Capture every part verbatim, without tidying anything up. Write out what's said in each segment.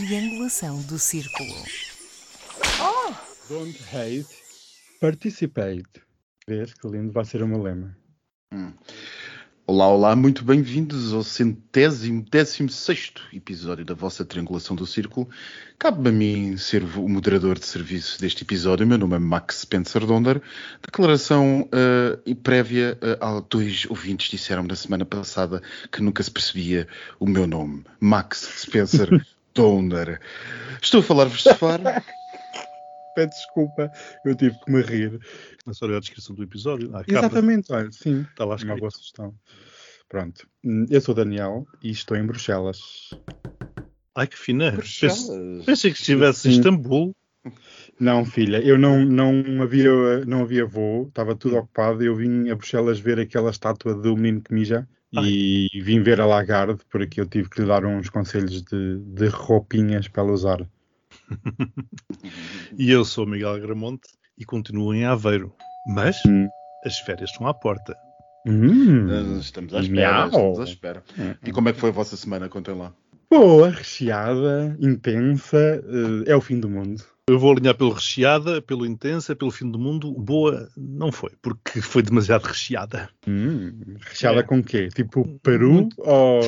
triangulação do círculo. Oh! Don't hate, participate. Vês que lindo vai ser o meu lema. Hum. Olá, olá, muito bem-vindos ao centésimo, décimo sexto episódio da vossa Triangulação do Círculo. Cabe-me a mim ser o moderador de serviço deste episódio. Meu nome é Max Spencer Donder. Declaração uh, e prévia uh, a dois ouvintes disseram-me na semana passada que nunca se percebia o meu nome. Max Spencer Donder. Estou a falar-vos de Faro. Peço desculpa, eu tive que me rir. Na só olhar a descrição do episódio. Ah, Exatamente, olha, sim. Está lá Uma escrito. boa sugestão. Pronto. Eu sou o Daniel e estou em Bruxelas. Ai, que fina. Bruxelas. Pense- Pensei que estivesse em Sim. Istambul. Não, filha, eu não, não, havia, não havia voo, estava tudo ocupado. Eu vim a Bruxelas ver aquela estátua do menino que mija e vim ver a Lagarde, porque eu tive que lhe dar uns conselhos de, de roupinhas para ela usar. E eu sou o Miguel Gramonte e continuo em Aveiro. Mas Hum. as férias estão à porta. Hum. Estamos à espera, Miau. estamos à espera. E como é que foi a vossa semana? Contem lá. Boa, recheada, intensa, eh, é o fim do mundo. Eu vou alinhar pelo recheada, pelo intensa, pelo fim do mundo. Boa não foi, porque foi demasiado recheada. Hum, recheada É. com quê? Tipo Peru Muito. ou...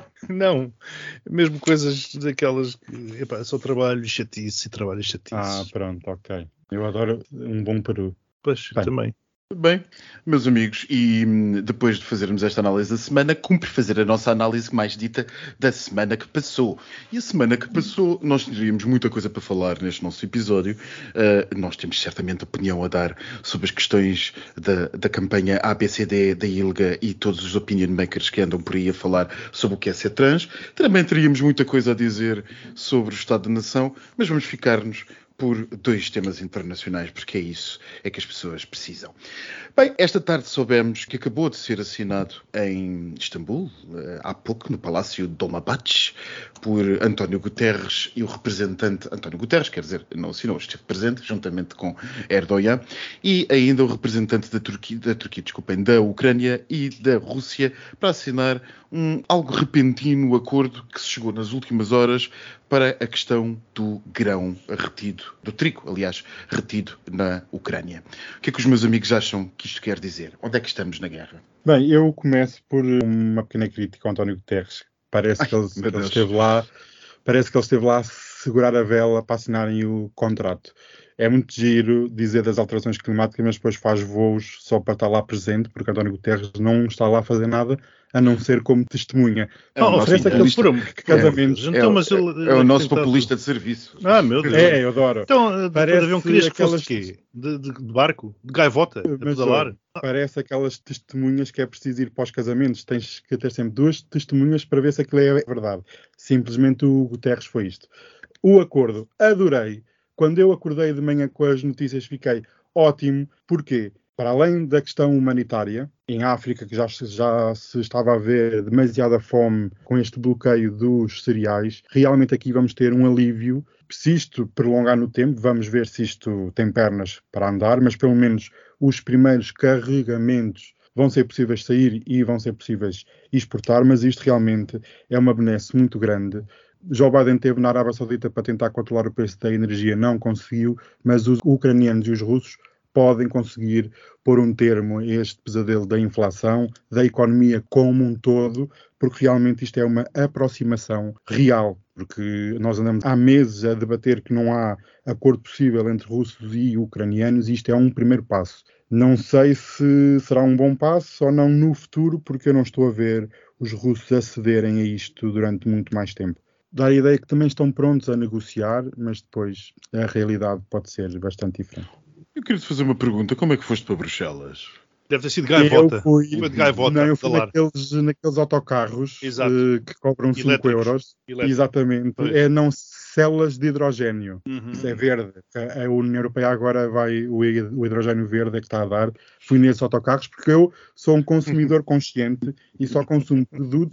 Não, mesmo coisas daquelas que, epá, só trabalho e chatice e trabalho e chatice. Ah, pronto, ok. Eu adoro um bom Peru. Pois, Bem. também. Bem, meus amigos, e hum, depois de fazermos esta análise da semana, cumpre fazer a nossa análise mais dita da semana que passou. E a semana que passou, nós teríamos muita coisa para falar neste nosso episódio. Uh, nós temos certamente opinião a dar sobre as questões da, da campanha A B C D, da ILGA e todos os opinion makers que andam por aí a falar sobre o que é ser trans. Também teríamos muita coisa a dizer sobre o Estado da Nação, mas vamos ficar-nos por dois temas internacionais, porque é isso é que as pessoas precisam. Bem, esta tarde soubemos que acabou de ser assinado em Istambul, há pouco, no Palácio Dolmabahçe, por António Guterres e o representante António Guterres, quer dizer, não assinou, esteve presente, juntamente com Erdogan, e ainda o representante da Turquia, da Turquia, desculpem, da Ucrânia e da Rússia, para assinar um algo repentino acordo que se chegou nas últimas horas para a questão do grão retido, do trigo, aliás, retido na Ucrânia. O que é que os meus amigos acham que isto quer dizer? Onde é que estamos na guerra? Bem, eu começo por uma pequena crítica ao António Guterres. Parece Ai, que ele, meu que ele Deus. esteve lá, parece que ele esteve lá a segurar a vela para assinarem o contrato. É muito giro dizer das alterações climáticas, mas depois faz voos só para estar lá presente, porque António Guterres não está lá a fazer nada, a não ser como testemunha. É o Ah, nosso oferece aqueles populista. casamentos. É, Então, o- mas ele- é ele o é nosso tentado- populista de serviço. Ah, meu Deus. É, eu adoro. Então, depois Parece de avião, querias que fosse aquelas- de quê? De, de- de barco? De gaivota? A Mas, pedalar? olha, parece aquelas testemunhas que é preciso ir para os casamentos. Tens que ter sempre duas testemunhas para ver se aquilo é verdade. Simplesmente o Guterres foi isto. O acordo, adorei. Quando eu acordei de manhã com as notícias, fiquei ótimo. Porquê? Para além da questão humanitária, em África, que já, se- já se estava a ver demasiada fome com este bloqueio dos cereais, realmente aqui vamos ter um alívio. Se isto prolongar no tempo, vamos ver se isto tem pernas para andar, mas pelo menos os primeiros carregamentos vão ser possíveis sair e vão ser possíveis exportar, mas isto realmente é uma benesse muito grande. Joe Biden esteve na Arábia Saudita para tentar controlar o preço da energia, não conseguiu, mas os ucranianos e os russos podem conseguir pôr um termo a este pesadelo da inflação, da economia como um todo, porque realmente isto é uma aproximação real, porque nós andamos há meses a debater que não há acordo possível entre russos e ucranianos e isto é um primeiro passo. Não sei se será um bom passo ou não no futuro, porque eu não estou a ver os russos acederem a isto durante muito mais tempo. Dá a ideia que também estão prontos a negociar, mas depois a realidade pode ser bastante diferente. Eu queria te fazer uma pergunta. Como é que foste para Bruxelas? Deve ter sido gaivota. Eu fui, Foi de gaivota. não, eu fui pedalar. naqueles, naqueles autocarros Exato. eh, que cobram cinco Elétricos. euros. Elétricos. Exatamente. Pois. É não células de hidrogénio. Uhum. Isso é verde. A, a União Europeia agora vai, o, hi- o hidrogénio verde é que está a dar. Fui nesses autocarros porque eu sou um consumidor consciente e só consumo produtos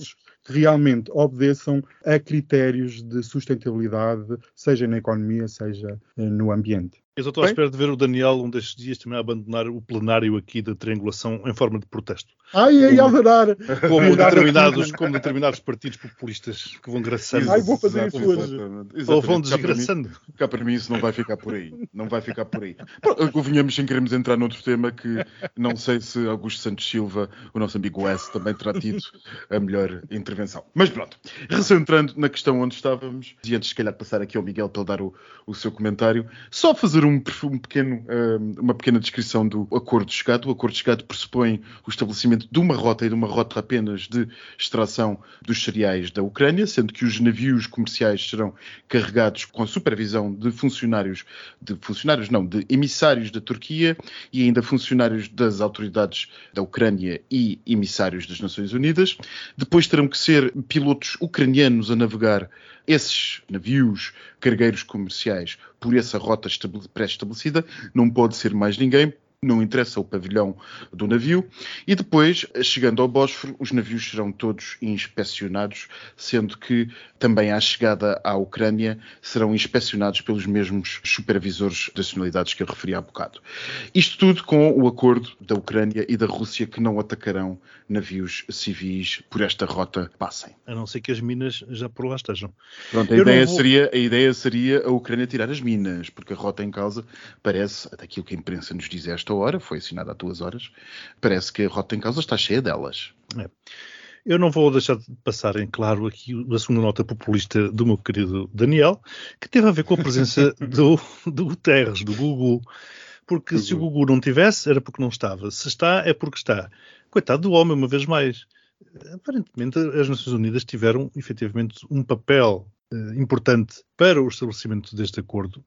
que realmente obedeçam a critérios de sustentabilidade, seja na economia, seja no ambiente. Eu só estou à espera de ver o Daniel um destes dias também a abandonar o plenário aqui da triangulação em forma de protesto. Ai, ai, a adorar! Como determinados, como determinados partidos populistas que vão graçando. Ai, vou fazer isso hoje. Ou vão desgraçando. Cá, cá para mim isso não vai ficar por aí. Não vai ficar por aí. Convenhamos, sem queremos entrar noutro tema, que não sei se Augusto Santos Silva, o nosso amigo S, também terá tido a melhor intervenção. Mas pronto, recentrando na questão onde estávamos, e antes se calhar passar aqui ao Miguel para ele dar o, o seu comentário, só fazer um, um pequeno, uma pequena descrição do acordo chegado. O acordo chegado pressupõe o estabelecimento de uma rota e de uma rota apenas de extração dos cereais da Ucrânia, sendo que os navios comerciais serão carregados com a supervisão de funcionários, de funcionários não, de emissários da Turquia e ainda funcionários das autoridades da Ucrânia e emissários das Nações Unidas. Depois terão que ser pilotos ucranianos a navegar esses navios cargueiros comerciais por essa rota pré-estabelecida. Não pode ser mais ninguém. Não interessa o pavilhão do navio. E depois, chegando ao Bósforo, os navios serão todos inspecionados, sendo que também à chegada à Ucrânia serão inspecionados pelos mesmos supervisores das nacionalidades que eu referi há bocado. Isto tudo com o acordo da Ucrânia e da Rússia, que não atacarão navios civis por esta rota passem. A não ser que as minas já por lá estejam. Pronto, a, ideia, vou... seria, a ideia seria a Ucrânia tirar as minas, porque a rota em causa parece, até aquilo que a imprensa nos diz a esta hora, foi assinada há duas horas, parece que a rota em causa está cheia delas. É. Eu não vou deixar de passar em claro aqui a segunda nota populista do meu querido Daniel, que teve a ver com a presença do, do Guterres, do Gugu. Porque se o Gugu não tivesse, era porque não estava. Se está, é porque está. Coitado do homem, uma vez mais. Aparentemente, as Nações Unidas tiveram, efetivamente, um papel eh, importante para o estabelecimento deste acordo.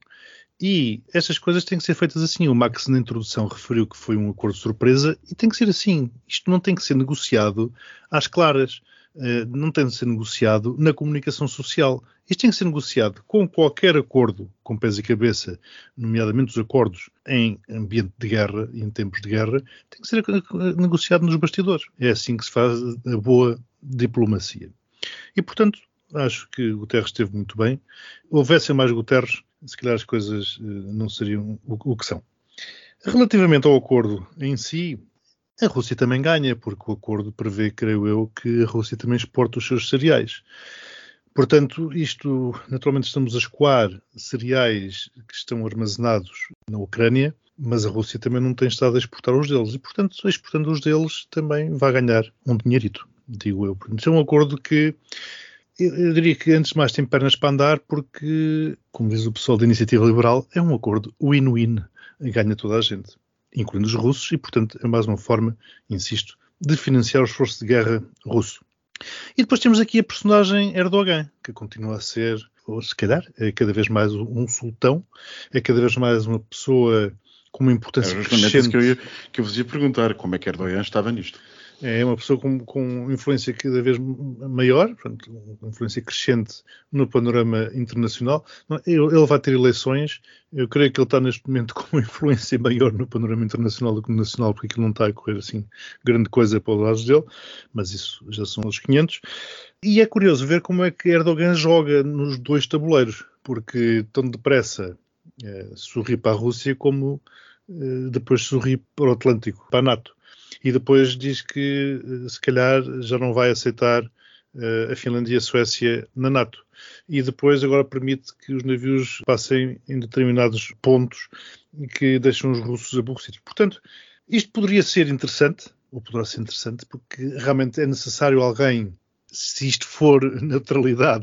E estas coisas têm que ser feitas assim. O Max, na introdução, referiu que foi um acordo de surpresa e tem que ser assim. Isto não tem que ser negociado às claras. Uh, não tem de ser negociado na comunicação social. Isto tem que ser negociado com qualquer acordo com pés e cabeça, nomeadamente os acordos em ambiente de guerra e em tempos de guerra, tem que ser negociado nos bastidores. É assim que se faz a boa diplomacia. E, portanto, acho que o Guterres esteve muito bem. Houvesse mais Guterres, se calhar as coisas uh, não seriam o, o que são. Relativamente ao acordo em si, a Rússia também ganha, porque o acordo prevê, creio eu, que a Rússia também exporta os seus cereais. Portanto, isto, naturalmente estamos a escoar cereais que estão armazenados na Ucrânia, mas a Rússia também não tem estado a exportar os deles. E, portanto, exportando os deles também vai ganhar um dinheirito, digo eu. Portanto, é um acordo que Eu, eu diria que, antes de mais, tem pernas para andar, porque, como diz o pessoal da Iniciativa Liberal, é um acordo win-win, ganha toda a gente, incluindo os russos, e, portanto, é mais uma forma, insisto, de financiar o esforço de guerra russo. E depois temos aqui a personagem Erdogan, que continua a ser, ou se calhar, é cada vez mais um sultão, é cada vez mais uma pessoa com uma importância é justamente crescente. Isso que eu, ia, que eu vos ia perguntar, como é que Erdogan estava nisto? É uma pessoa com, com influência cada vez maior, portanto, uma influência crescente no panorama internacional. Ele vai ter eleições. Eu creio que ele está neste momento com uma influência maior no panorama internacional do que no nacional, porque aquilo não está a correr assim grande coisa para os lados dele, mas isso já são os quinhentos. E é curioso ver como é que Erdogan joga nos dois tabuleiros, porque tão depressa é, sorri para a Rússia como é, depois sorri para o Atlântico, para a NATO. E depois diz que, se calhar, já não vai aceitar uh, a Finlândia e a Suécia na NATO. E depois agora permite que os navios passem em determinados pontos e que deixam os russos aborrecidos. Portanto, isto poderia ser interessante, ou poderá ser interessante, porque realmente é necessário alguém, se isto for neutralidade,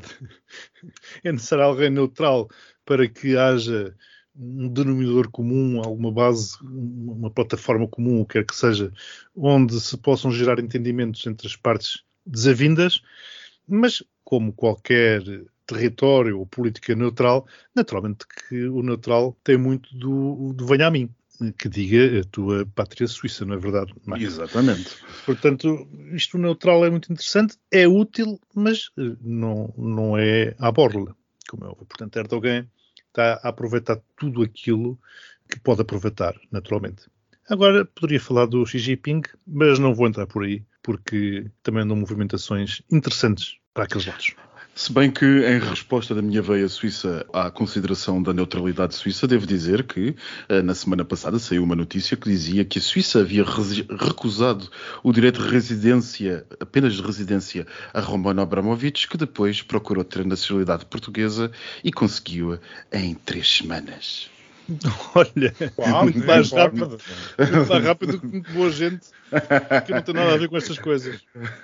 é necessário alguém neutral para que haja um denominador comum, alguma base, uma plataforma comum, o que quer que seja, onde se possam gerar entendimentos entre as partes desavindas, mas como qualquer território ou política neutral, naturalmente que o neutral tem muito do, do venha a mim, que diga a tua pátria suíça, não é verdade? Não é? Exatamente. Portanto, isto neutral é muito interessante, é útil, mas não, não é à borla, como é óbvio. Portanto, Erdogan está a aproveitar tudo aquilo que pode aproveitar, naturalmente. Agora, poderia falar do Xi Jinping, mas não vou entrar por aí, porque também andam movimentações interessantes para aqueles lados. Se bem que, em resposta da minha veia suíça à consideração da neutralidade suíça, devo dizer que, na semana passada, saiu uma notícia que dizia que a Suíça havia recusado o direito de residência, apenas de residência, a Roman Abramovich, que depois procurou ter nacionalidade portuguesa e conseguiu-a em três semanas. Olha, Uau, muito mais é rápido, forte. muito mais rápido do que muito boa gente que não tem nada a ver com estas coisas.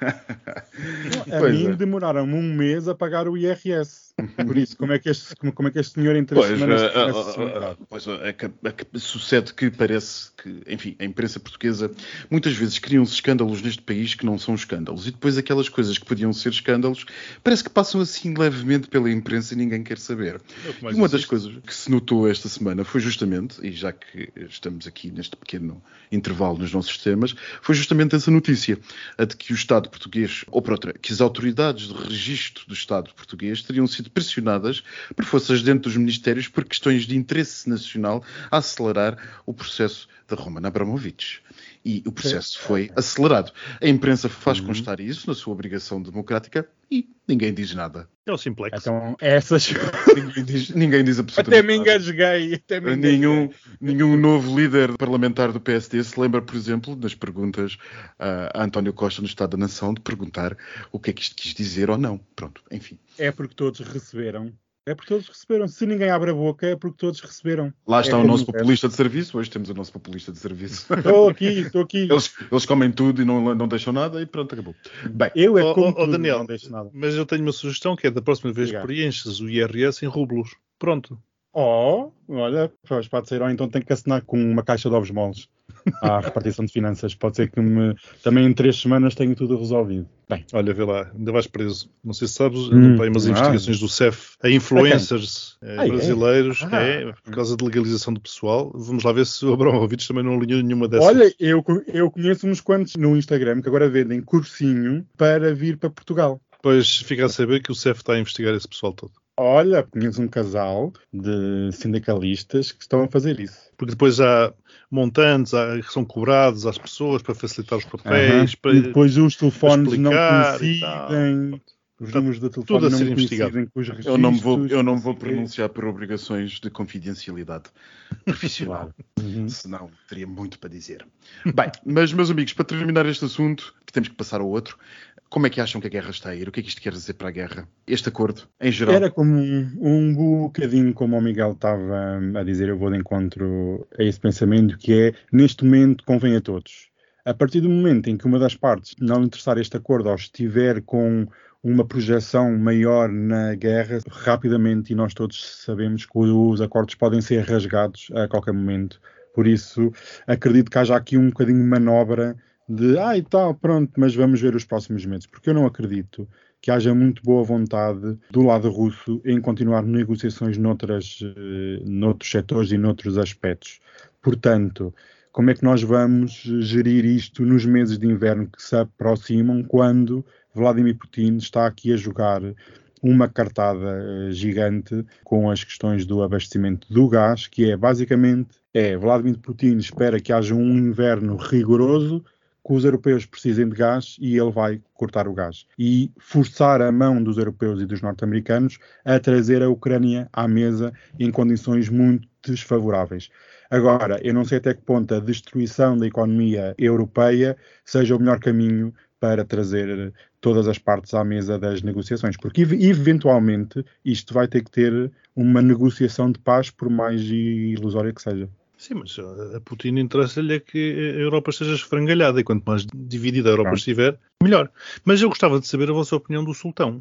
A Pois mim é. demoraram-me um mês a pagar o I R S. Por isso, como é que este, como, como é que este senhor em três Pois, semanas uh, tivesse uh, uh, demorar? pois uh, é que, é que sucede que parece que, enfim, a imprensa portuguesa muitas vezes criam-se escândalos neste país que não são escândalos. E depois aquelas coisas que podiam ser escândalos parece que passam assim levemente pela imprensa e ninguém quer saber. É E uma das coisas que se notou esta semana foi justamente, e já que estamos aqui neste pequeno intervalo nos nossos temas, foi justamente essa notícia, a de que o Estado português, ou por outra, que as autoridades de registro do Estado português teriam sido pressionadas por forças dentro dos ministérios por questões de interesse nacional a acelerar o processo da Roman Abramovich. E o processo foi acelerado. A imprensa faz constar isso na sua obrigação democrática e ninguém diz nada. É o simplex. Então, essas. Ninguém diz, ninguém diz Até absolutamente me nada. engasguei. Até me engasguei. Nenhum, nenhum novo líder parlamentar do P S D se lembra, por exemplo, nas perguntas uh, a António Costa no Estado da Nação, de perguntar o que é que isto quis dizer ou não. Pronto, enfim. É porque todos receberam. É porque todos receberam. Se ninguém abre a boca, é porque todos receberam. Lá está É o como nosso o resto. populista de serviço. Hoje temos o nosso populista de serviço. Estou aqui, estou aqui. Eles, eles comem tudo e não, não deixam nada e pronto, acabou. Bem, Eu é Ó, como ó, ó, tudo, Daniel, não deixo nada. mas eu tenho uma sugestão que é da próxima vez Diga. que preenches o I R S em rublos. Pronto. Oh, olha, pois pode ser. Ou então tenho que assinar com uma caixa de ovos moles à repartição de finanças. Pode ser que me, também em três semanas tenho tudo resolvido. Bem, Olha, vê lá, ainda vais preso. Não sei se sabes, Hum, andam para aí umas ah. investigações do C E F a influencers eh, Ah, é? brasileiros, Ah. é, por causa de legalização do pessoal. Vamos lá ver se o Abramovich também não alinhou nenhuma dessas. olha, eu, eu conheço uns quantos no Instagram que agora vendem cursinho para vir para Portugal. Depois fica a saber que o C E F está a investigar esse pessoal todo. Olha, conheço um casal de sindicalistas que estão a fazer isso. Porque depois há montantes há, que são cobrados às pessoas para facilitar os papéis, Aham. para, E depois os telefones não explicar e tal. coincidem. Os Está números do tudo telefone a não ser coincidem investigado. com os registros. eu não me vou, eu não me vou sei quê. pronunciar por obrigações de confidencialidade profissional. Uhum. Senão teria muito para dizer. Bem, mas meus amigos, para terminar este assunto, que temos que passar ao outro, como é que acham que a guerra está a ir? O que é que isto quer dizer para a guerra? Este acordo, em geral? Era como um, um bocadinho como o Miguel estava a dizer, eu vou de encontro a esse pensamento que é, neste momento, convém a todos. A partir do momento em que uma das partes não interessar este acordo ou estiver com uma projeção maior na guerra, rapidamente, e nós todos sabemos que os acordos podem ser rasgados a qualquer momento. Por isso, acredito que haja aqui um bocadinho de manobra de, ah, e tal, pronto, mas vamos ver os próximos meses. Porque eu não acredito que haja muito boa vontade do lado russo em continuar negociações noutras, eh, noutros setores e noutros aspectos. Portanto, como é que nós vamos gerir isto nos meses de inverno que se aproximam, quando Vladimir Putin está aqui a jogar uma cartada gigante com as questões do abastecimento do gás, que é basicamente, é Vladimir Putin espera que haja um inverno rigoroso, que os europeus precisem de gás e ele vai cortar o gás. E forçar a mão dos europeus e dos norte-americanos a trazer a Ucrânia à mesa em condições muito desfavoráveis. Agora, eu não sei até que ponto a destruição da economia europeia seja o melhor caminho para trazer todas as partes à mesa das negociações, porque eventualmente isto vai ter que ter uma negociação de paz, por mais ilusória que seja. Sim, mas a Putin interessa-lhe é que a Europa esteja esfrangalhada e quanto mais dividida a Europa Ah. estiver, melhor. Mas eu gostava de saber a vossa opinião do sultão.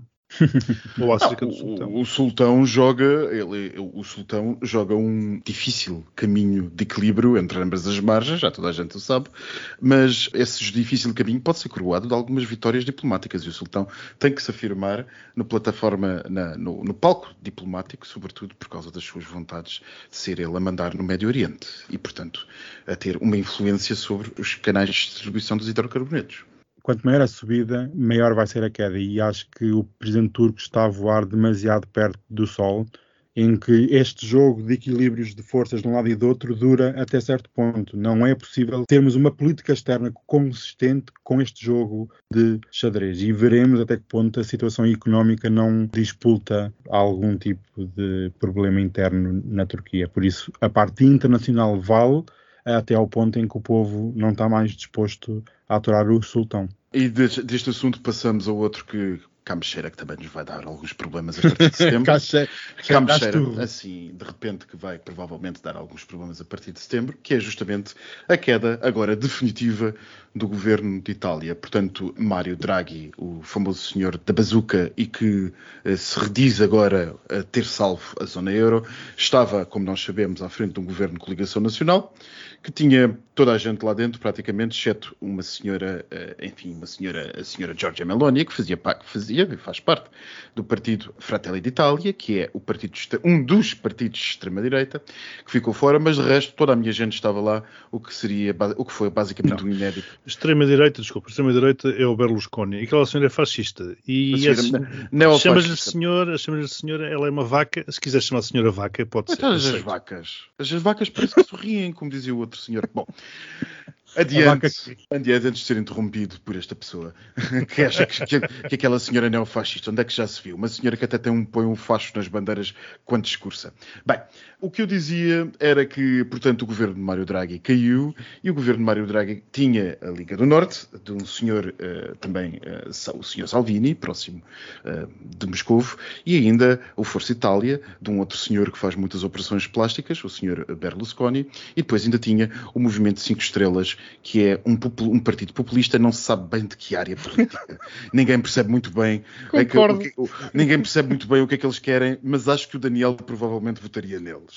Ou acerca do Não, sultão. o, o sultão joga, ele, o sultão joga um difícil caminho de equilíbrio entre ambas as margens, já toda a gente o sabe, mas esse difícil caminho pode ser coroado de algumas vitórias diplomáticas e o sultão tem que se afirmar na plataforma, na, no, no palco diplomático, sobretudo por causa das suas vontades de ser ele a mandar no Médio Oriente e, portanto, a ter uma influência sobre os canais de distribuição dos hidrocarbonetos. Quanto maior a subida, maior vai ser a queda. E acho que o presidente turco está a voar demasiado perto do sol em que este jogo de equilíbrios de forças de um lado e do outro dura até certo ponto. Não é possível termos uma política externa consistente com este jogo de xadrez. E veremos até que ponto a situação económica não disputa algum tipo de problema interno na Turquia. Por isso, a parte internacional vale até ao ponto em que o povo não está mais disposto a aturar o sultão. E deste, deste assunto passamos a outro que cá me cheira que também nos vai dar alguns problemas a partir de setembro. Cá che- Cá me cheiraste cheira, tudo. assim, de repente, que vai provavelmente dar alguns problemas a partir de setembro, que é justamente a queda agora definitiva do governo de Itália. Portanto, Mário Draghi, o famoso senhor da bazuca e que eh, se rediz agora a ter salvo a zona euro, estava, como nós sabemos, à frente de um governo de coligação nacional, que tinha toda a gente lá dentro, praticamente, exceto uma senhora, eh, enfim, uma senhora, a senhora Giorgia Meloni, que fazia, que fazia e faz parte do partido Fratelli d'Italia, que é o partido, um dos partidos de extrema-direita, que ficou fora, mas de resto toda a minha gente estava lá, o que seria, o que foi basicamente Não. um inédito. Extrema-direita, desculpa, extrema-direita é o Berlusconi. E aquela senhora é fascista. E Senhora, esse- neofascista. chamas-lhe senhora, chamas-lhe senhora, ela é uma vaca. Se quiser chamar a senhora vaca, pode ser. Todas as aceito. vacas. As vacas parece que sorriem, como dizia o outro senhor. Bom, A adiante, vaca adiante antes de ser interrompido por esta pessoa que acha que, que, que aquela senhora neofascista, onde é que já se viu? Uma senhora que até tem um, põe um facho nas bandeiras quando discursa. Bem, o que eu dizia era que, portanto, o governo de Mário Draghi caiu e o governo de Mário Draghi tinha a Liga do Norte, de um senhor uh, também, uh, o senhor Salvini, próximo uh, de Moscovo, e ainda o Força Itália, de um outro senhor que faz muitas operações plásticas, o senhor Berlusconi, e depois ainda tinha o Movimento cinco Estrelas, que é um, popul- um partido populista, não se sabe bem de que área política. Ninguém percebe muito bem é que, o que, o, ninguém percebe muito bem o que é que eles querem, mas acho que o Daniel provavelmente votaria neles.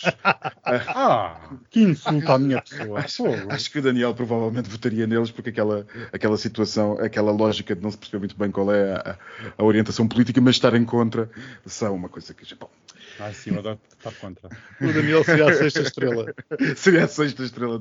Ah, que insulto à minha pessoa. Acho, acho que o Daniel provavelmente votaria neles porque aquela, aquela situação, aquela lógica de não se perceber muito bem qual é a, a orientação política, mas estar em contra são uma coisa que... Bom, Ah, sim, eu adoro estar contra. O Daniel seria a sexta estrela. seria a sexta estrela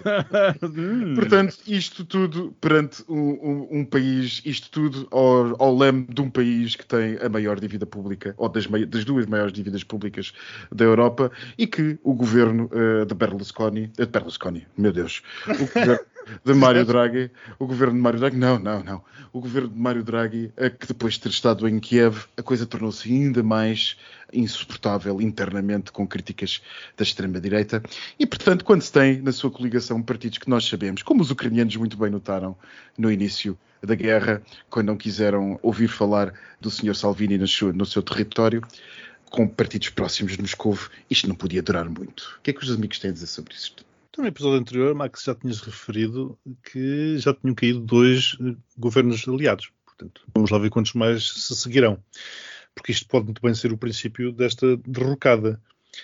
daquele. Portanto, isto tudo perante um, um, um país, isto tudo ao, ao leme de um país que tem a maior dívida pública, ou das, mai- das duas maiores dívidas públicas da Europa, e que o governo uh, de Berlusconi, uh, de Berlusconi, meu Deus, o governo de Mário Draghi, o governo de Mário Draghi, não, não, não, o governo de Mário Draghi, é que depois de ter estado em Kiev, a coisa tornou-se ainda mais insuportável internamente, com críticas da extrema-direita, e portanto, quando se tem na sua coligação partidos que nós sabemos, como os ucranianos muito bem notaram no início da guerra, quando não quiseram ouvir falar do senhor Salvini no seu, no seu território, com partidos próximos de Moscovo, isto não podia durar muito. O que é que os amigos têm a dizer sobre isto? Então, no episódio anterior, Max, já tinhas referido que já tinham caído dois eh, governos aliados. Portanto, vamos lá ver quantos mais se seguirão. Porque isto pode muito bem ser o princípio desta derrocada.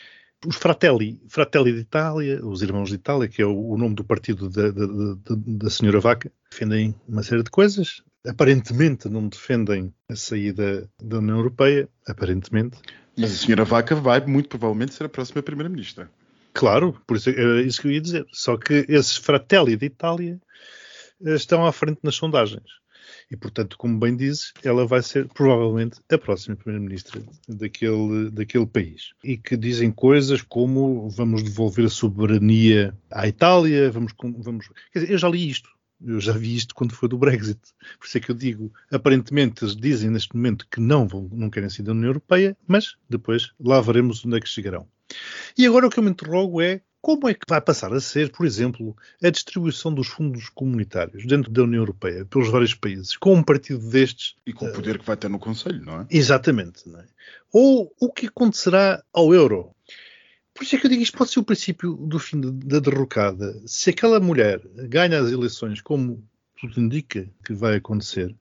Os Fratelli, Fratelli d'Italia, os Irmãos de Itália, que é o, o nome do partido da, da, da, da senhora Vaca, defendem uma série de coisas. Aparentemente não defendem a saída da União Europeia, aparentemente. Mas a senhora Vaca vai muito provavelmente ser a próxima primeira-ministra. Claro, por isso era isso que eu ia dizer. Só que esses Fratelli d'Italia estão à frente nas sondagens. E, portanto, como bem dizes, ela vai ser provavelmente a próxima primeira-ministra daquele, daquele país. E que dizem coisas como vamos devolver a soberania à Itália, vamos... vamos... Quer dizer, eu já li isto. Eu já vi isto quando foi do Brexit. Por isso é que eu digo, aparentemente eles dizem neste momento que não, vão, não querem sair da União Europeia, mas depois lá veremos onde é que chegarão. E agora o que eu me interrogo é como é que vai passar a ser, por exemplo, a distribuição dos fundos comunitários dentro da União Europeia, pelos vários países, com um partido destes... E com o poder que vai ter no Conselho, não é? Exatamente. Não é? Ou o que acontecerá ao euro? Por isso é que eu digo, isto pode ser o princípio do fim de, da derrocada. Se aquela mulher ganha as eleições, como tudo indica que vai acontecer,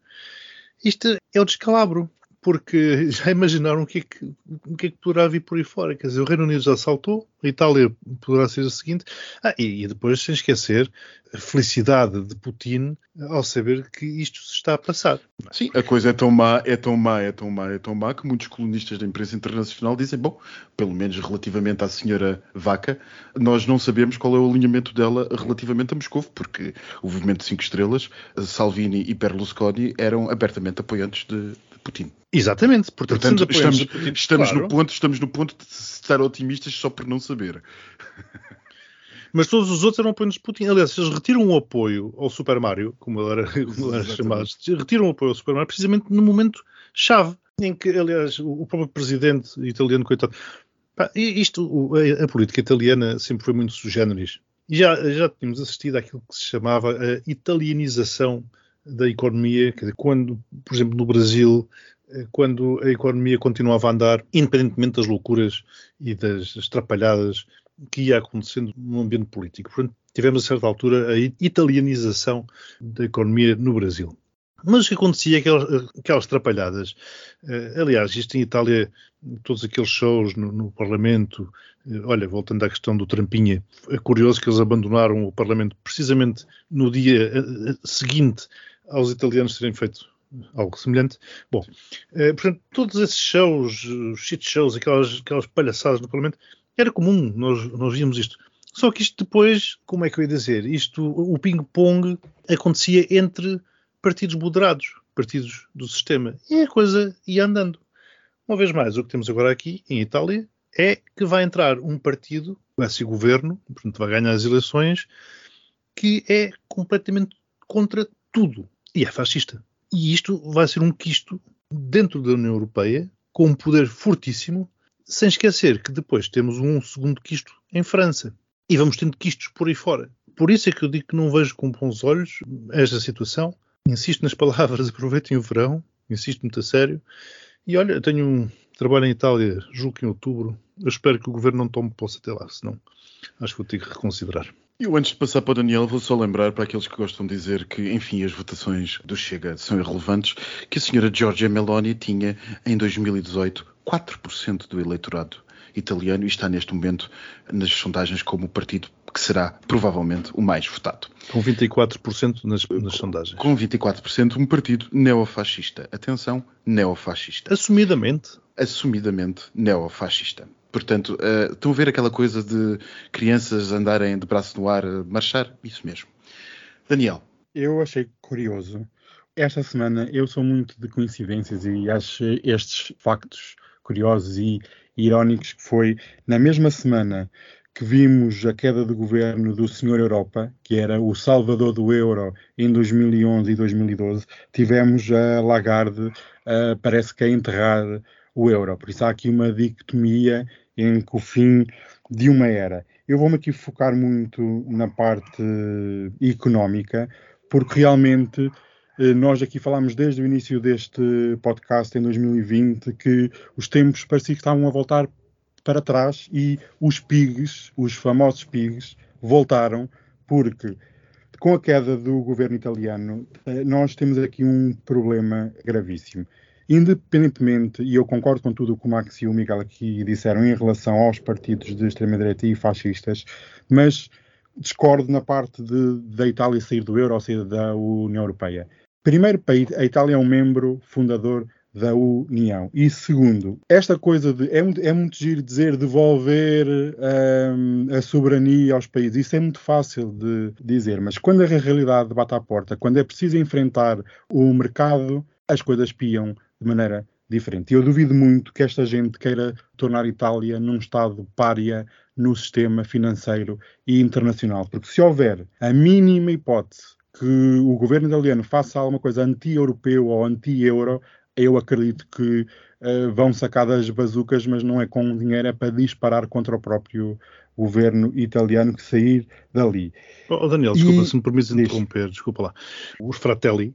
isto é o descalabro. Porque já imaginaram o que, é que, o que é que poderá vir por aí fora. Quer dizer, o Reino Unido já saltou, a Itália poderá ser a seguinte. Ah, e, e depois, sem esquecer, a felicidade de Putin ao saber que isto se está a passar. Sim, a coisa é tão má, é tão má, é tão má, é tão má que muitos colunistas da imprensa internacional dizem, bom, pelo menos relativamente à senhora Vaca, nós não sabemos qual é o alinhamento dela relativamente a Moscou, porque o movimento de cinco estrelas, Salvini e Berlusconi eram abertamente apoiantes de Putin. Exatamente. Portanto, Portanto, estamos, Putin, estamos, claro. no ponto, estamos no ponto de estar otimistas só por não saber. Mas todos os outros eram apoios de Putin. Aliás, eles retiram o apoio ao Super Mario, como ele era, como ele era chamado, retiram o apoio ao Super Mario precisamente no momento-chave, em que, aliás, o próprio presidente italiano, coitado... Pá, isto, a, a política italiana sempre foi muito sui generis. E já, já tínhamos assistido àquilo que se chamava a italianização da economia, quer dizer, quando, por exemplo, no Brasil, quando a economia continuava a andar, independentemente das loucuras e das estrapalhadas que ia acontecendo no ambiente político. Portanto, tivemos a certa altura a italianização da economia no Brasil. Mas o que acontecia, aquelas, aquelas trapalhadas, uh, aliás, isto em Itália, todos aqueles shows no, no Parlamento, uh, olha, voltando à questão do Trampinha, é curioso que eles abandonaram o Parlamento precisamente no dia uh, seguinte aos italianos terem feito algo semelhante. Bom, uh, portanto, todos esses shows, uh, shit shows, aquelas, aquelas palhaçadas no Parlamento, era comum, nós, nós víamos isto. Só que isto depois, como é que eu ia dizer, isto, o ping-pong acontecia entre partidos moderados, partidos do sistema. E a coisa ia andando. Uma vez mais, o que temos agora aqui, em Itália, é que vai entrar um partido, vai ser governo, portanto vai ganhar as eleições, que é completamente contra tudo. E é fascista. E isto vai ser um quisto dentro da União Europeia, com um poder fortíssimo, sem esquecer que depois temos um segundo quisto em França. E vamos tendo quistos por aí fora. Por isso é que eu digo que não vejo com bons olhos esta situação. Insisto nas palavras, aproveitem o verão, insisto muito a sério. E olha, eu tenho um trabalho em Itália, julgo que em outubro. Eu espero que o governo não tome posse até lá, senão acho que vou ter que reconsiderar. Eu, antes de passar para o Daniel, vou só lembrar para aqueles que gostam de dizer que, enfim, as votações do Chega são irrelevantes, que a senhora Giorgia Meloni tinha, em dois mil e dezoito, quatro por cento do eleitorado italiano e está neste momento nas sondagens como o partido que será provavelmente o mais votado. Com vinte e quatro por cento nas, nas sondagens. Com vinte e quatro por cento, um partido neofascista. Atenção, neofascista. Assumidamente. Assumidamente neofascista. Portanto, uh, estão a ver aquela coisa de crianças andarem de braço no ar, uh, marchar? Isso mesmo. Daniel. Eu achei curioso. Esta semana eu sou muito de coincidências e acho estes factos curiosos e irónicos que foi na mesma semana que vimos a queda do governo do senhor Europa, que era o salvador do euro em dois mil e onze e dois mil e doze, tivemos a Lagarde, uh, parece que a enterrar o euro. Por isso há aqui uma dicotomia em que o fim de uma era. Eu vou-me aqui focar muito na parte económica, porque realmente nós aqui falámos desde o início deste podcast em dois mil e vinte que os tempos parecia que estavam a voltar para trás e os P I Gs, os famosos P I Gs, voltaram porque com a queda do governo italiano nós temos aqui um problema gravíssimo. Independentemente, e eu concordo com tudo o que o Max e o Miguel aqui disseram em relação aos partidos de extrema-direita e fascistas, mas discordo na parte de, da Itália sair do euro ou sair da União Europeia. Primeiro, a Itália é um membro fundador da União. E segundo, esta coisa de... É muito, é muito giro dizer devolver um, a soberania aos países. Isso é muito fácil de dizer, mas quando a realidade bate à porta, quando é preciso enfrentar o mercado, as coisas piam de maneira diferente. E eu duvido muito que esta gente queira tornar a Itália num estado pária no sistema financeiro e internacional. Porque se houver a mínima hipótese que o governo italiano faça alguma coisa anti-europeu ou anti-euro, eu acredito que uh, vão sacar das bazucas, mas não é com dinheiro, é para disparar contra o próprio governo italiano que sair dali. Oh, Daniel, desculpa, e... se me permites interromper, desculpa lá. Os Fratelli,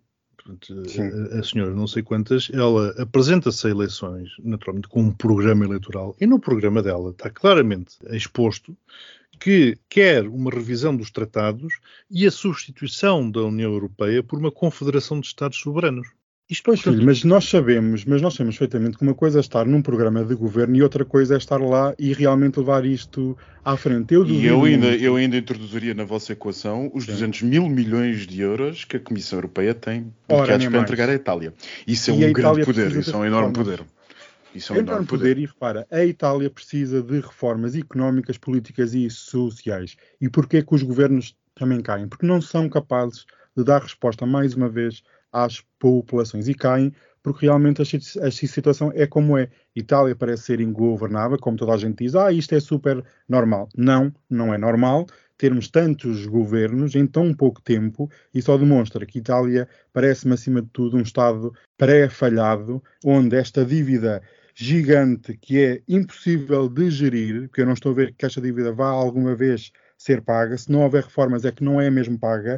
a, a senhora não sei quantas, ela apresenta-se a eleições, naturalmente, com um programa eleitoral, e no programa dela está claramente exposto que quer uma revisão dos tratados e a substituição da União Europeia por uma confederação de Estados soberanos. Isto, pois, filho, mas nós sabemos, mas nós sabemos perfeitamente que uma coisa é estar num programa de governo e outra coisa é estar lá e realmente levar isto à frente. Eu e eu ainda, eu ainda introduziria na vossa equação os Sim. duzentos mil milhões de euros que a Comissão Europeia tem bloqueados para entregar à Itália. Isso é e um grande poder, isso é um enorme poder. Isso é um enorme, enorme poder. poder. E repara, a Itália precisa de reformas económicas, políticas e sociais. E porquê que os governos também caem? Porque não são capazes de dar resposta, mais uma vez, às populações. E caem porque realmente a, a situação é como é. Itália parece ser ingovernável, como toda a gente diz, ah, isto é super normal. Não, não é normal termos tantos governos em tão pouco tempo, e só demonstra que Itália parece-me, acima de tudo, um Estado pré-falhado, onde esta dívida gigante, que é impossível de gerir, porque eu não estou a ver que esta dívida vá alguma vez ser paga, se não houver reformas é que não é mesmo paga,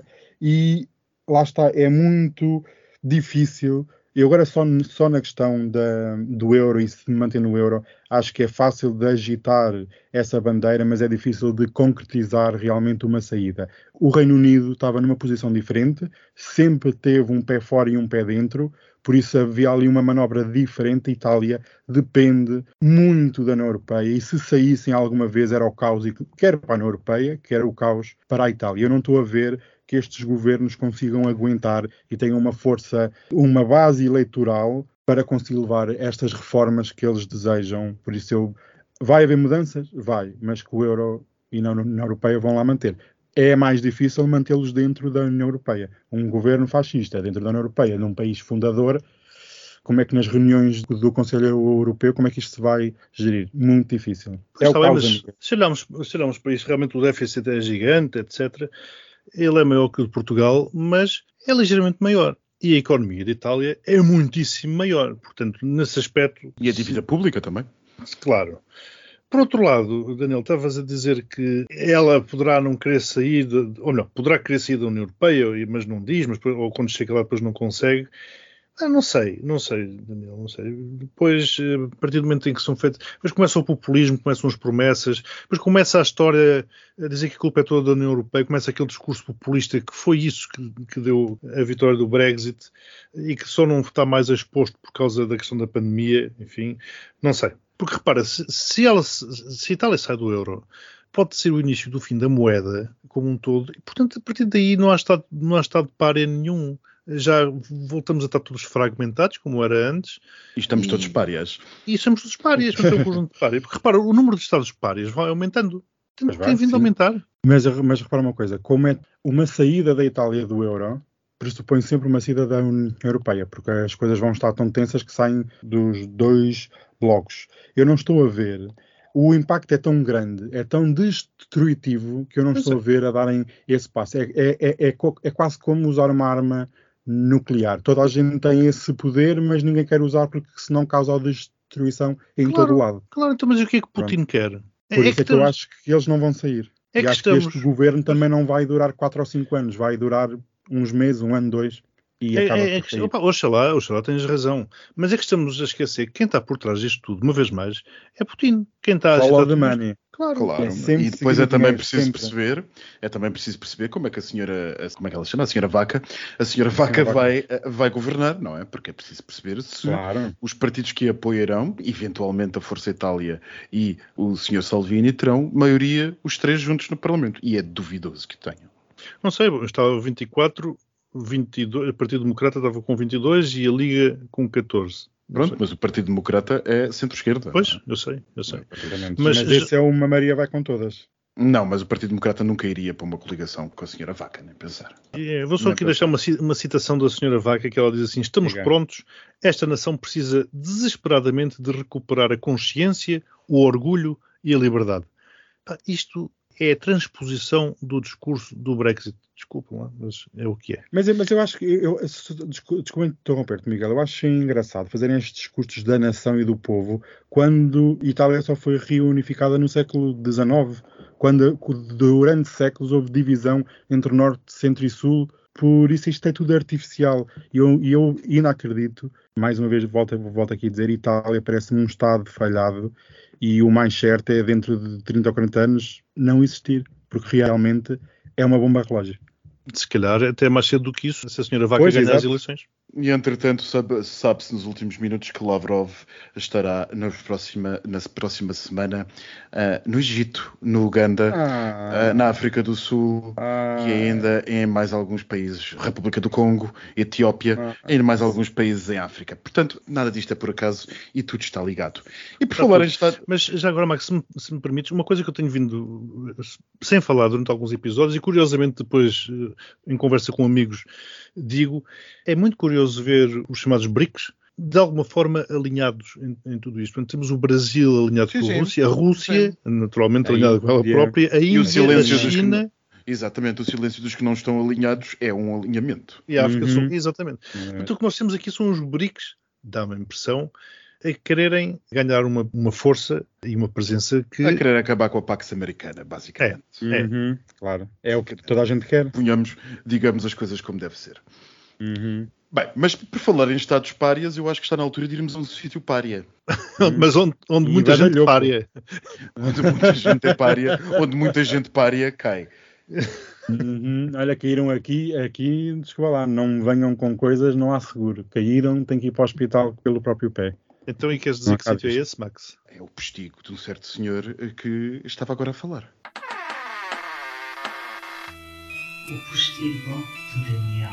e lá está, é muito difícil. E agora só, só na questão da, do euro e se manter no euro, acho que é fácil de agitar essa bandeira, mas é difícil de concretizar realmente uma saída. O Reino Unido estava numa posição diferente, sempre teve um pé fora e um pé dentro, por isso havia ali uma manobra diferente. A Itália depende muito da União Europeia, e se saíssem alguma vez era o caos, quer para a União Europeia, quer o caos para a Itália. Eu não estou a ver que estes governos consigam aguentar e tenham uma força, uma base eleitoral para conseguir levar estas reformas que eles desejam. Por isso, eu, vai haver mudanças? Vai, mas que o euro e a União Europeia vão lá manter. É mais difícil mantê-los dentro da União Europeia. Um governo fascista dentro da União Europeia, num país fundador, como é que nas reuniões do Conselho Europeu, como é que isto se vai gerir? Muito difícil. É o bem, caos, mas se olharmos, se olharmos para isto, realmente o déficit é gigante, etcétera. Ele é maior que o de Portugal, mas é ligeiramente maior. E a economia de Itália é muitíssimo maior. Portanto, nesse aspecto... E a dívida pública também. Claro. Por outro lado, Daniel, estavas a dizer que ela poderá não querer sair, de, ou não, poderá querer sair da União Europeia, mas não diz, mas, ou quando chega lá depois não consegue. Ah, não sei, não sei, Daniel, não sei. Depois, a partir do momento em que são feitos... Depois começa o populismo, começam as promessas, depois começa a história a dizer que a culpa é toda da União Europeia, começa aquele discurso populista que foi isso que, que deu a vitória do Brexit e que só não está mais exposto por causa da questão da pandemia, enfim, não sei. Porque repara, se, se, ela, se a Itália sai do euro, pode ser o início do fim da moeda como um todo, e portanto a partir daí não há estado, não há estado de párea nenhum. Já voltamos a estar todos fragmentados, como era antes. E estamos e, todos párias. E estamos todos párias, não tem um conjunto de párias. Porque repara, o número de Estados párias vai aumentando. Tem, Mas vai, tem vindo sim. a aumentar. Mas, mas repara uma coisa, como é uma saída da Itália do euro, pressupõe sempre uma saída da União Europeia, porque as coisas vão estar tão tensas que saem dos dois blocos. Eu não estou a ver... O impacto é tão grande, é tão destrutivo, que eu não Mas estou é. a ver a darem esse passo. É, é, é, é, é quase como usar uma arma nuclear. Toda a gente tem esse poder, mas ninguém quer usar porque senão causa a destruição em Claro, todo o lado. Claro, então, mas o que é que Putin Pronto. quer? Por É, isso é é que, que estamos, eu acho que eles não vão sair. é e que acho estamos... que este governo também não vai durar quatro ou cinco anos, vai durar uns meses, um ano, dois, e É, acaba é, é por que, sair. opa, oxalá, oxalá, tens razão. Mas é que estamos a esquecer que quem está por trás disto tudo, uma vez mais, é Putin. Quem está a Follow agitar the tudo isto. money. Claro. Claro, É sempre e depois seguir é o também dinheiro, preciso sempre. perceber, é também preciso perceber como é que a senhora, como é que ela se chama, a senhora Vaca, a senhora Vaca senhora Vaca. vai, vai governar, não é? Porque é preciso perceber se Claro. os partidos que a apoiarão, eventualmente a Força Itália e o senhor Salvini, terão maioria os três juntos no Parlamento. E é duvidoso que tenham. Não sei, estava vinte e quatro, vinte e dois, o Partido Democrata estava com vinte e dois e a Liga com catorze. Não Pronto, sei. mas o Partido Democrata é centro-esquerda. Pois, não é? eu sei, eu sei. Mas, Mas- mas esse é uma Maria vai com todas. Não, mas o Partido Democrata nunca iria para uma coligação com a senhora Vaca, nem pensar. É, vou só Não aqui é deixar uma, ci- uma citação da senhora Vaca, que ela diz assim: estamos Diga. prontos, esta nação precisa desesperadamente de recuperar a consciência, o orgulho e a liberdade. Pá, isto é a transposição do discurso do Brexit. Desculpem lá, mas é o que é. Mas, mas eu acho que, eu, eu, desculpa, desculpa interromper-te, Miguel, eu acho engraçado fazerem estes discursos da nação e do povo quando Itália só foi reunificada no século dezenove, quando durante séculos houve divisão entre norte, centro e sul. Por isso isto é tudo artificial. E eu, e eu ainda acredito, mais uma vez volto, volto aqui a dizer, Itália parece-me um Estado falhado e o mais certo é dentro de trinta ou quarenta anos não existir, porque realmente é uma bomba relógio. Se calhar até mais cedo do que isso, se a senhora Vaca Pois, ganhar exato. as eleições. E, entretanto, sabe- sabe-se nos últimos minutos que Lavrov estará na próxima, na próxima semana ah, no Egito, no Uganda, Ah. ah, na África do Sul Ah. e ainda em mais alguns países, República do Congo, Etiópia, Ah. ainda mais alguns países em África. Portanto, nada disto é por acaso e tudo está ligado. E por Está falar tudo. em estar... Mas já agora, Max, se me, se me permites, uma coisa que eu tenho vindo eh, sem falar durante alguns episódios e curiosamente depois eh, em conversa com amigos digo, é muito curioso ver os chamados B R I C S, de alguma forma alinhados em, em tudo isto. Portanto, temos o Brasil alinhado Sim, com a sim. Rússia, a Rússia Sim. naturalmente A alinhada com ela Índia. própria, a E o Índia, a silêncio dos que China... não- Exatamente, o silêncio dos que não estão alinhados é um alinhamento. E a África Uhum. Sul, exatamente. É. Então, o que nós temos aqui são os BRICS, dá-me a impressão, a quererem ganhar uma, uma força e uma presença que... A querer acabar com a Pax Americana, basicamente. É. Uhum, claro. É o que toda a gente quer. Punhamos, digamos, as coisas como deve ser. Uhum. Bem, mas por falar em estados párias, eu acho que está na altura de irmos a um sítio pária. Mas onde, onde E muita gente badalhoco. pária. Onde muita gente é pária, onde muita gente pária cai. Uhum. Olha, caíram aqui, aqui, desculpa lá, não venham com coisas, não há seguro. Caíram, tem que ir para o hospital pelo próprio pé. Então, e queres dizer Não que sítio é acabes. esse, Max? É o postigo de um certo senhor que estava agora a falar. O postigo de Daniel.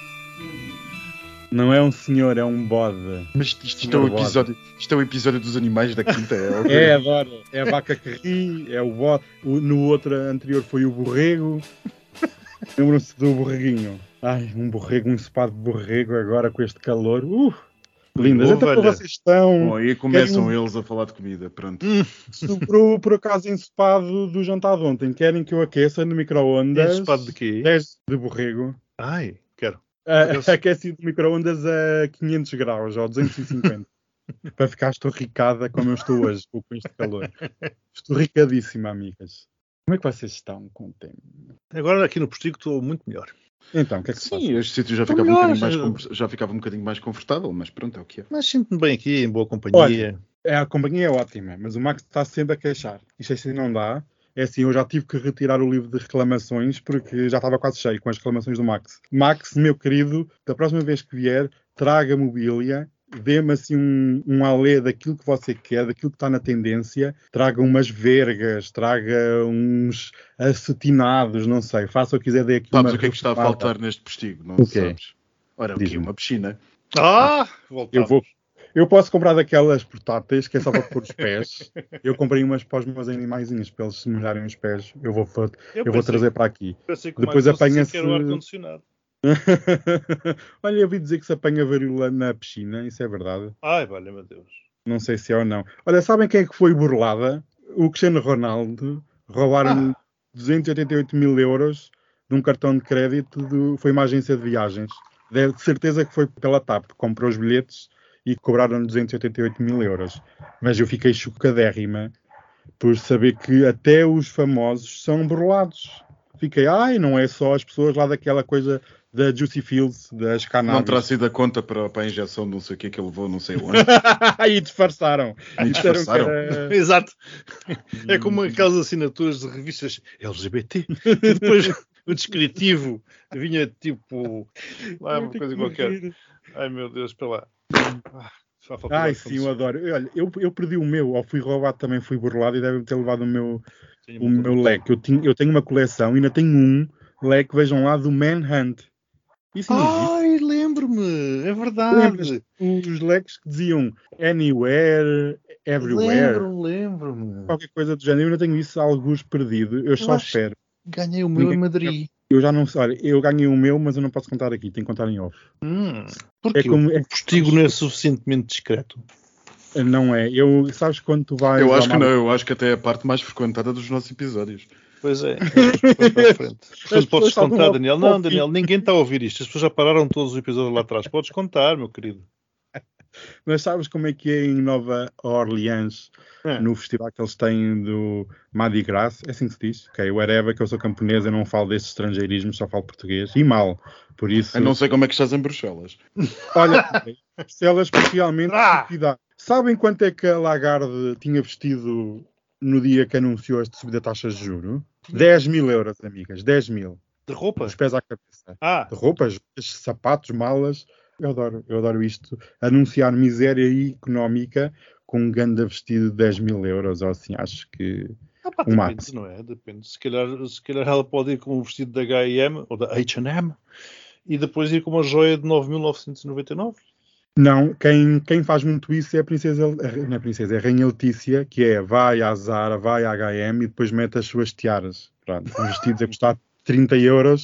Não é um senhor, é um bode. Mas isto, isto, é, Senhor o episódio, isto é o episódio dos animais da quinta. É, ok? É, adoro. É a vaca que ri, é o bode. O- no outro anterior foi o borrego. Lembram-se do borreguinho. Ai, um borrego, um ensopado de borrego agora com este calor. Uh, lindas. Oh, Então como olha. vocês estão? Bom, aí começam Querem- eles a falar de comida. Pronto. Sobrou por acaso ensopado do jantar de ontem. Querem que eu aqueça no micro-ondas? Ensopado de quê? dez de borrego. Ai, quero. Ah, Parece- aquecido de micro-ondas a quinhentos graus ou duzentos e cinquenta. Para ficar estorricada como eu estou hoje com este calor. Estorricadíssima, amigas. Como é que vocês estão com o tempo? Agora aqui no postigo estou muito melhor. Então, o que é que se passa? Sim, este sítio já Estou ficava, um melhor, bocadinho mais, já- conver- já ficava um bocadinho mais confortável, mas pronto, é o que é. Mas sinto-me bem aqui, em boa companhia. É, a companhia é ótima, mas o Max está sempre a queixar. Isto assim não dá. É assim, eu já tive que retirar o livro de reclamações porque já estava quase cheio com as reclamações do Max. Max, meu querido, da próxima vez que vier, traga mobília, dê-me assim um, um alê daquilo que você quer, daquilo que está na tendência, traga umas vergas, traga uns acetinados, não sei, faça o que quiser, dê aqui Sabes uma o que é que está a reformada. faltar neste postigo, não O quê? sabes? Ora, o quê? Diz-me. Uma piscina. Ah! Voltamos. Eu vou. Eu posso comprar daquelas portáteis que é só para pôr os pés. Eu comprei umas para os meus animaizinhos, para eles se molharem os pés. Eu vou, fa- eu vou pensei- trazer para aqui. pensei que Depois o Max fosse apanha-se- sequer o ar-condicionado. Olha, eu ouvi dizer que se apanha varíola na piscina, isso é verdade. Ai, valha meu Deus. Não sei se é ou não. Olha, sabem quem é que foi burlada? O Cristiano Ronaldo. Roubaram Ah. duzentos e oitenta e oito mil euros de um cartão de crédito. Do... Foi uma agência de viagens. De certeza que foi pela TAP. Comprou os bilhetes e cobraram duzentos e oitenta e oito mil euros. Mas eu fiquei chocadérrima por saber que até os famosos são burlados. Fiquei, ai, não é só as pessoas lá daquela coisa da Juicy Fields, das Não cannabis. terá sido a conta para, para a injeção de não sei o que que ele levou, não sei onde. e disfarçaram. E Disseram que disfarçaram. era- Exato. É como aquelas assinaturas de revistas L G B T. E depois o descritivo vinha tipo. Lá, Eu uma fico coisa a qualquer. rir. Ai meu Deus, para lá. Ah, só falta Ai, o sim, eu adoro. Olha, eu, eu perdi o meu, ou fui roubado também, fui burlado e devem ter levado o meu, Tenho o uma meu leque. Eu, tinha, eu tenho uma coleção e ainda tenho um leque, vejam lá, do Manhunt. Isso não existe. Ai, lembro-me. É verdade. Lembras? Os leques que diziam Anywhere, Everywhere, Lembro-me, lembro-me. qualquer coisa do género. Eu ainda tenho isso alguns perdido. Eu só acho- espero. Ganhei o meu Ninguém- em Madrid. Eu já não sei. Olha, eu ganhei o meu, mas eu não posso contar aqui. Tenho que contar em off. Hum, porque É como- é- o postigo não é suficientemente discreto. Não é. Eu, sabes quando tu vais. Eu ao acho que mar- não, eu acho que até é a parte mais frequentada dos nossos episódios. Pois é. Depois para a frente. Portanto, pessoas podes estavam contar, ao- Daniel. ao Não, fim. Daniel, ninguém está a ouvir isto. As pessoas já pararam todos os episódios lá atrás. Podes contar, meu querido. Mas sabes como é que é em Nova Orleans, É. no festival que eles têm do Mardi Gras? É assim que se diz? Ok, whatever, que eu sou camponês, eu não falo destes estrangeirismos, só falo português. E mal. Por isso, Eu não sei como é que estás em Bruxelas. olha, Celas realmente Ah! estupidez. Sabem quanto é que a Lagarde tinha vestido no dia que anunciou esta subida de taxas de juro? dez mil euros, amigas, dez mil. De roupa? Dos pés à cabeça. Ah, De roupas, sapatos, malas. Eu adoro, eu adoro isto. Anunciar miséria económica com um ganda vestido de dez mil euros, ou assim, acho que... ah pá, o depende, Max. não é? Depende. Se calhar, se calhar ela pode ir com um vestido da H e M ou da H and M e depois ir com uma joia de nove mil novecentos e noventa e nove. Não, quem, quem faz muito isso é a princesa, não é a princesa, é a Rainha Letícia, que é, vai à Zara, vai à H e M e depois mete as suas tiaras. Pronto, os vestidos a custar trinta euros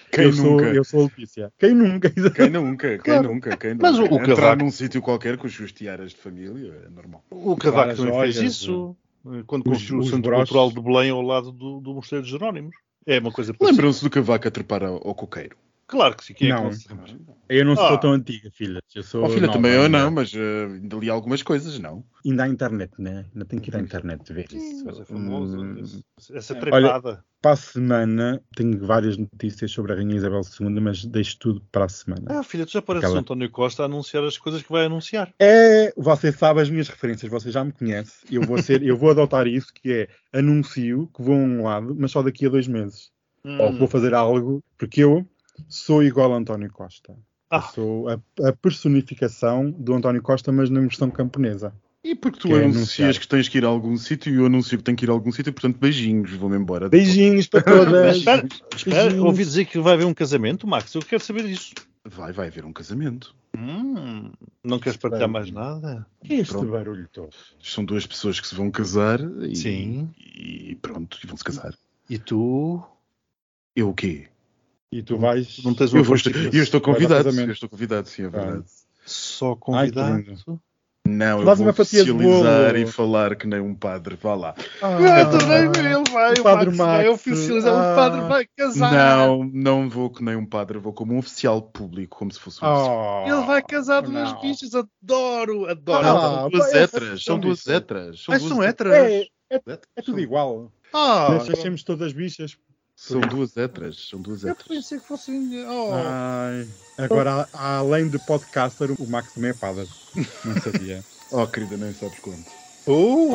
Quem eu, sou, nunca? eu sou a Letícia. Quem nunca? Quem nunca? Quem Claro. nunca? Quem nunca? Mas o- o Entrar Cavaco- num sítio qualquer com as suas tiaras de família é normal. O Cavaco Várias também joias, fez isso quando os- construiu o os Centro broches. Cultural de Belém ao lado do, do Mosteiro de Jerónimos. É uma coisa parecida. Lembram-se do Cavaco a trepar ao, ao coqueiro? Claro que sim. Quem é que Não. não se lembra? Eu não sou Ah. tão antiga, filha. Eu sou Oh, filha, nova também eu ainda. não, mas uh, ainda li algumas coisas, não? Ainda há internet, né? Ainda tenho que ir à internet ver isso. Mas é famoso. Hum, esse- Essa Olha, trepada. para a semana tenho várias notícias sobre a Rainha Isabel segunda, mas deixo tudo para a semana. Ah, filha, tu já pareces Aquela- o António Costa a anunciar as coisas que vai anunciar. É, você sabe as minhas referências, você já me conhece. Eu vou ser, eu vou adotar isso, que é anuncio que vou a um lado, mas só daqui a dois meses. Ou que vou fazer algo, porque eu sou igual a António Costa. Ah. Eu sou a, a personificação do António Costa, mas na versão camponesa. E porque tu Que é anuncias anunciar. que tens que ir a algum sítio e eu anuncio que tenho que ir a algum sítio, portanto, beijinhos, vou-me embora. Beijinhos para todas. Espera, espera, Beijinhos. ouvi dizer que vai haver um casamento, Max. Eu quero saber disso. Vai, vai haver um casamento. Hum, não queres partilhar mais nada? Que é este Pronto. barulho todo? São duas pessoas que se vão casar e, Sim. e pronto, e vão-se casar. E tu? Eu o quê? E tu vais. Não tens uma Eu, vou estar- constipação? eu estou Vais ao convidado, casamento. eu estou convidado, sim, é verdade. Só Ai, que convidado? Não, eu Faz vou uma fatia de oficializar bolo. e falar que nem um padre, vá lá. Ah, ele vai, o Padre Max. oficializar, Ah. o padre vai casar. Não, não vou que nem um padre, vou como um oficial público, como se fosse um oficial. Oh, Ele vai casar duas não. bichas, adoro, adoro. Ah, Não, são duas pá, é- héteras, são duas isso. héteras. Ah, duas são héteras. héteras? É, é, é tudo igual. Ah, Deixemos todas bichas. São duas héteras, são duas eu héteras. pensei que fossem... Oh. Ai, agora, a- além de podcaster, o Max também é padre. Não sabia. Oh, querida, nem sabes quanto. Oh.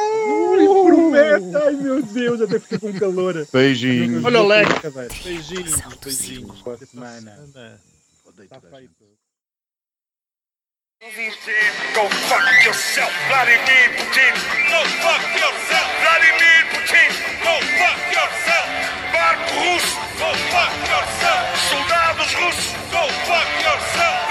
Oh, promete! Ai, meu Deus, até fiquei com calor. Beijinhos. Olha o leque. Brincadeira. Beijinhos, beijinhos. Boa semana. Odeio Está toda a gente. feito. Go fuck yourself, Vladimir Putin. Go fuck yourself, Vladimir Putin. Go fuck yourself. Barco russo, go fuck yourself. Soldados russos, go fuck yourself.